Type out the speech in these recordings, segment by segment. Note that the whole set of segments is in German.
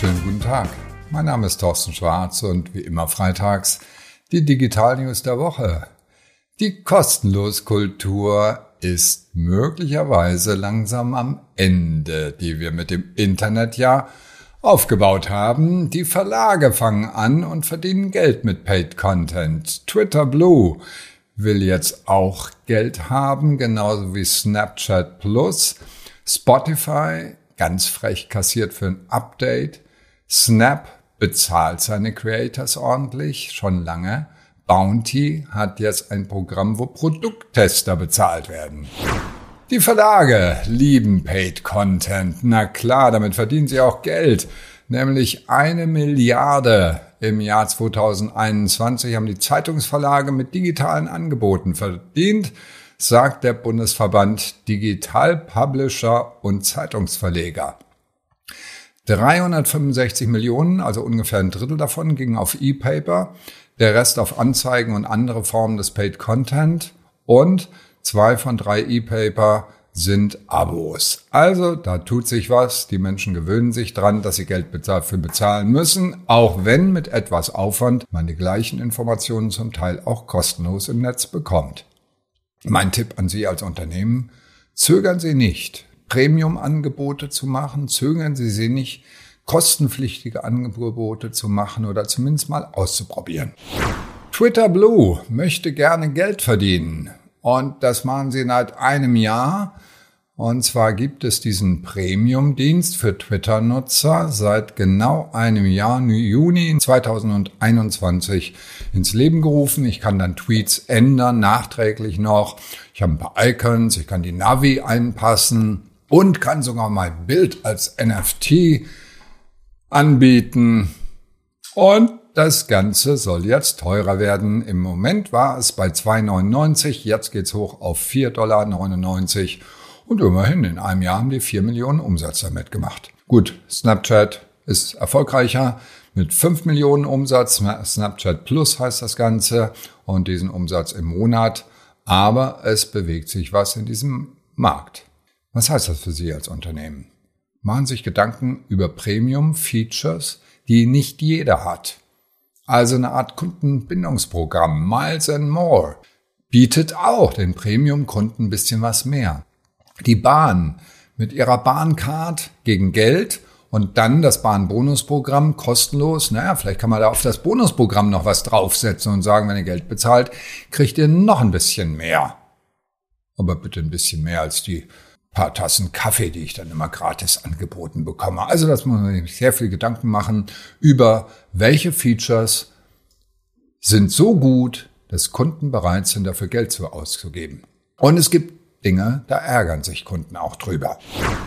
wunderschönen guten Tag. Mein Name ist Thorsten Schwarz und wie immer freitags die Digital News der Woche. Die Kostenloskultur ist möglicherweise langsam am Ende, die wir mit dem Internet ja aufgebaut haben. Die Verlage fangen an und verdienen Geld mit Paid Content. Twitter Blue will jetzt auch Geld haben, genauso wie Snapchat Plus. Spotify, ganz frech kassiert für ein Update. Snap bezahlt seine Creators ordentlich, schon lange. Bounty hat jetzt ein Programm, wo Produkttester bezahlt werden. Die Verlage lieben Paid Content. Na klar, damit verdienen sie auch Geld. Nämlich 1 Milliarde im Jahr 2021 haben die Zeitungsverlage mit digitalen Angeboten verdient, sagt der Bundesverband Digital Publisher und Zeitungsverleger. 365 Millionen, also ungefähr ein Drittel davon, gingen auf E-Paper, der Rest auf Anzeigen und andere Formen des Paid Content und 2 von 3 E-Paper sind Abos. Also da tut sich was, die Menschen gewöhnen sich dran, dass sie Geld dafür bezahlen müssen, auch wenn mit etwas Aufwand man die gleichen Informationen zum Teil auch kostenlos im Netz bekommt. Mein Tipp an Sie als Unternehmen: zögern Sie nicht, Premium-Angebote zu machen, zögern Sie nicht, kostenpflichtige Angebote zu machen oder zumindest mal auszuprobieren. Twitter Blue möchte gerne Geld verdienen und das machen sie seit einem Jahr. Und zwar gibt es diesen Premium-Dienst für Twitter-Nutzer seit genau einem Jahr, Juni 2021 ins Leben gerufen. Ich kann dann Tweets ändern, nachträglich noch. Ich habe ein paar Icons, ich kann die Navi einpassen und kann sogar mein Bild als NFT anbieten. Und das Ganze soll jetzt teurer werden. Im Moment war es bei 2,99, jetzt geht's hoch auf 4,99 $. Und immerhin, in einem Jahr haben die 4 Millionen Umsatz damit gemacht. Gut, Snapchat ist erfolgreicher mit 5 Millionen Umsatz. Snapchat Plus heißt das Ganze und diesen Umsatz im Monat. Aber es bewegt sich was in diesem Markt. Was heißt das für Sie als Unternehmen? Machen Sie sich Gedanken über Premium-Features, die nicht jeder hat. Also eine Art Kundenbindungsprogramm, Miles and More, bietet auch den Premium-Kunden ein bisschen was mehr. Die Bahn mit ihrer Bahncard gegen Geld und dann das Bahnbonusprogramm kostenlos. Naja, vielleicht kann man da auf das Bonusprogramm noch was draufsetzen und sagen, wenn ihr Geld bezahlt, kriegt ihr noch ein bisschen mehr. Aber bitte ein bisschen mehr als die paar Tassen Kaffee, die ich dann immer gratis angeboten bekomme. Also das muss man sich sehr viel Gedanken machen über, welche Features sind so gut, dass Kunden bereit sind, dafür Geld auszugeben. Und es gibt Dinge, da ärgern sich Kunden auch drüber.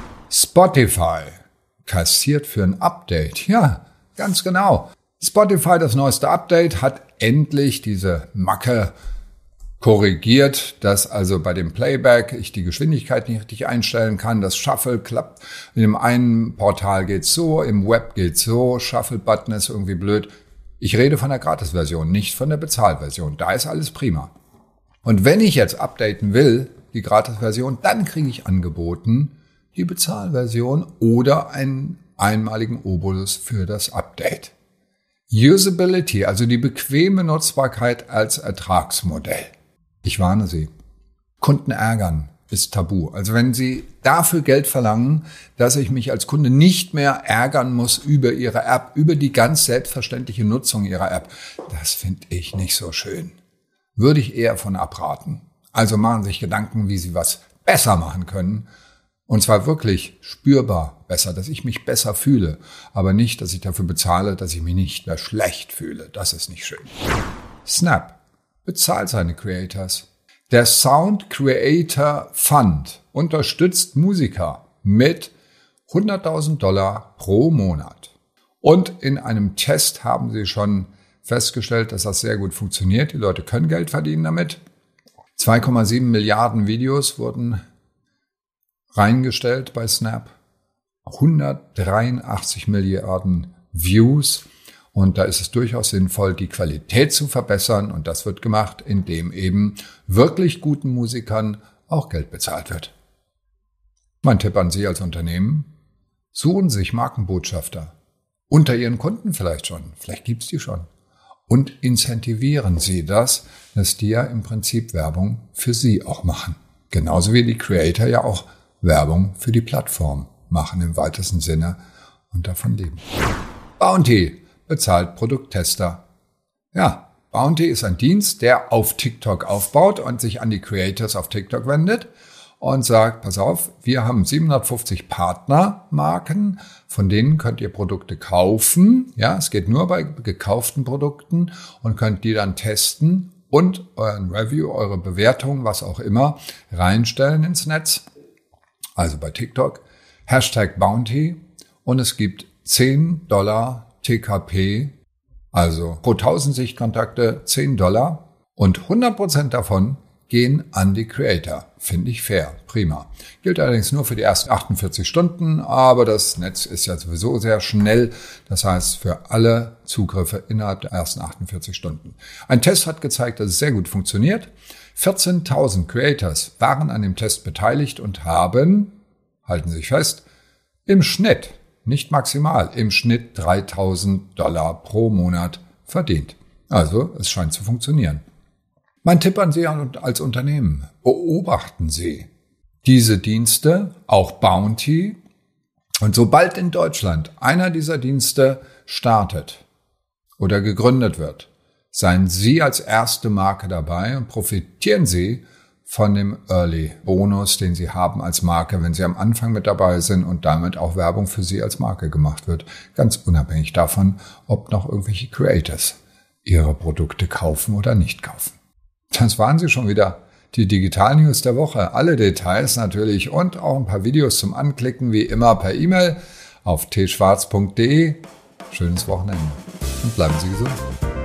Spotify kassiert für ein Update. Ja, ganz genau. Spotify, das neueste Update, hat endlich diese Macke korrigiert, dass also bei dem Playback ich die Geschwindigkeit nicht richtig einstellen kann. Das Shuffle klappt. In dem einen Portal geht's so, im Web geht's so. Shuffle-Button ist irgendwie blöd. Ich rede von der Gratis-Version, nicht von der Bezahlversion. Da ist alles prima. Und wenn ich jetzt updaten will, die Gratis-Version, dann kriege ich angeboten die Bezahlversion oder einen einmaligen Obolus für das Update. Usability, also die bequeme Nutzbarkeit als Ertragsmodell. Ich warne Sie, Kunden ärgern ist tabu. Also wenn Sie dafür Geld verlangen, dass ich mich als Kunde nicht mehr ärgern muss über Ihre App, über die ganz selbstverständliche Nutzung Ihrer App, das finde ich nicht so schön. Würde ich eher von abraten. Also machen Sie sich Gedanken, wie Sie was besser machen können. Und zwar wirklich spürbar besser, dass ich mich besser fühle. Aber nicht, dass ich dafür bezahle, dass ich mich nicht mehr schlecht fühle. Das ist nicht schön. Snap bezahlt seine Creators. Der Sound Creator Fund unterstützt Musiker mit $100.000 pro Monat. Und in einem Test haben sie schon festgestellt, dass das sehr gut funktioniert. Die Leute können Geld verdienen damit. 2,7 Milliarden Videos wurden reingestellt bei Snap. 183 Milliarden Views. Und da ist es durchaus sinnvoll, die Qualität zu verbessern. Und das wird gemacht, indem eben wirklich guten Musikern auch Geld bezahlt wird. Mein Tipp an Sie als Unternehmen: Suchen Sie sich Markenbotschafter Unter Ihren Kunden vielleicht schon. Vielleicht gibt's die schon. Und incentivieren Sie das, dass die ja im Prinzip Werbung für Sie auch machen. Genauso wie die Creator ja auch Werbung für die Plattform machen im weitesten Sinne und davon leben. Bounty bezahlt Produkttester. Ja, Bounty ist ein Dienst, der auf TikTok aufbaut und sich an die Creators auf TikTok wendet und sagt, pass auf, wir haben 750 Partnermarken, von denen könnt ihr Produkte kaufen. Ja, es geht nur bei gekauften Produkten und könnt die dann testen und euren Review, eure Bewertung, was auch immer, reinstellen ins Netz. Also bei TikTok. #Bounty. Und es gibt $10 TKP, also pro 1000 Sichtkontakte $10 und 100% davon gehen an die Creator. Finde ich fair, prima. Gilt allerdings nur für die ersten 48 Stunden, aber das Netz ist ja sowieso sehr schnell. Das heißt, für alle Zugriffe innerhalb der ersten 48 Stunden. Ein Test hat gezeigt, dass es sehr gut funktioniert. 14.000 Creators waren an dem Test beteiligt und haben, halten Sie sich fest, im Schnitt, nicht maximal, im Schnitt $3.000 pro Monat verdient. Also, es scheint zu funktionieren. Mein Tipp an Sie als Unternehmen: Beobachten Sie diese Dienste, auch Bounty. Und sobald in Deutschland einer dieser Dienste startet oder gegründet wird, seien Sie als erste Marke dabei und profitieren Sie von dem Early Bonus, den Sie haben als Marke, wenn Sie am Anfang mit dabei sind und damit auch Werbung für Sie als Marke gemacht wird. Ganz unabhängig davon, ob noch irgendwelche Creators Ihre Produkte kaufen oder nicht kaufen. Das waren sie schon wieder, die Digital-News der Woche. Alle Details natürlich und auch ein paar Videos zum Anklicken, wie immer per E-Mail auf tschwarz.de. Schönes Wochenende und bleiben Sie gesund.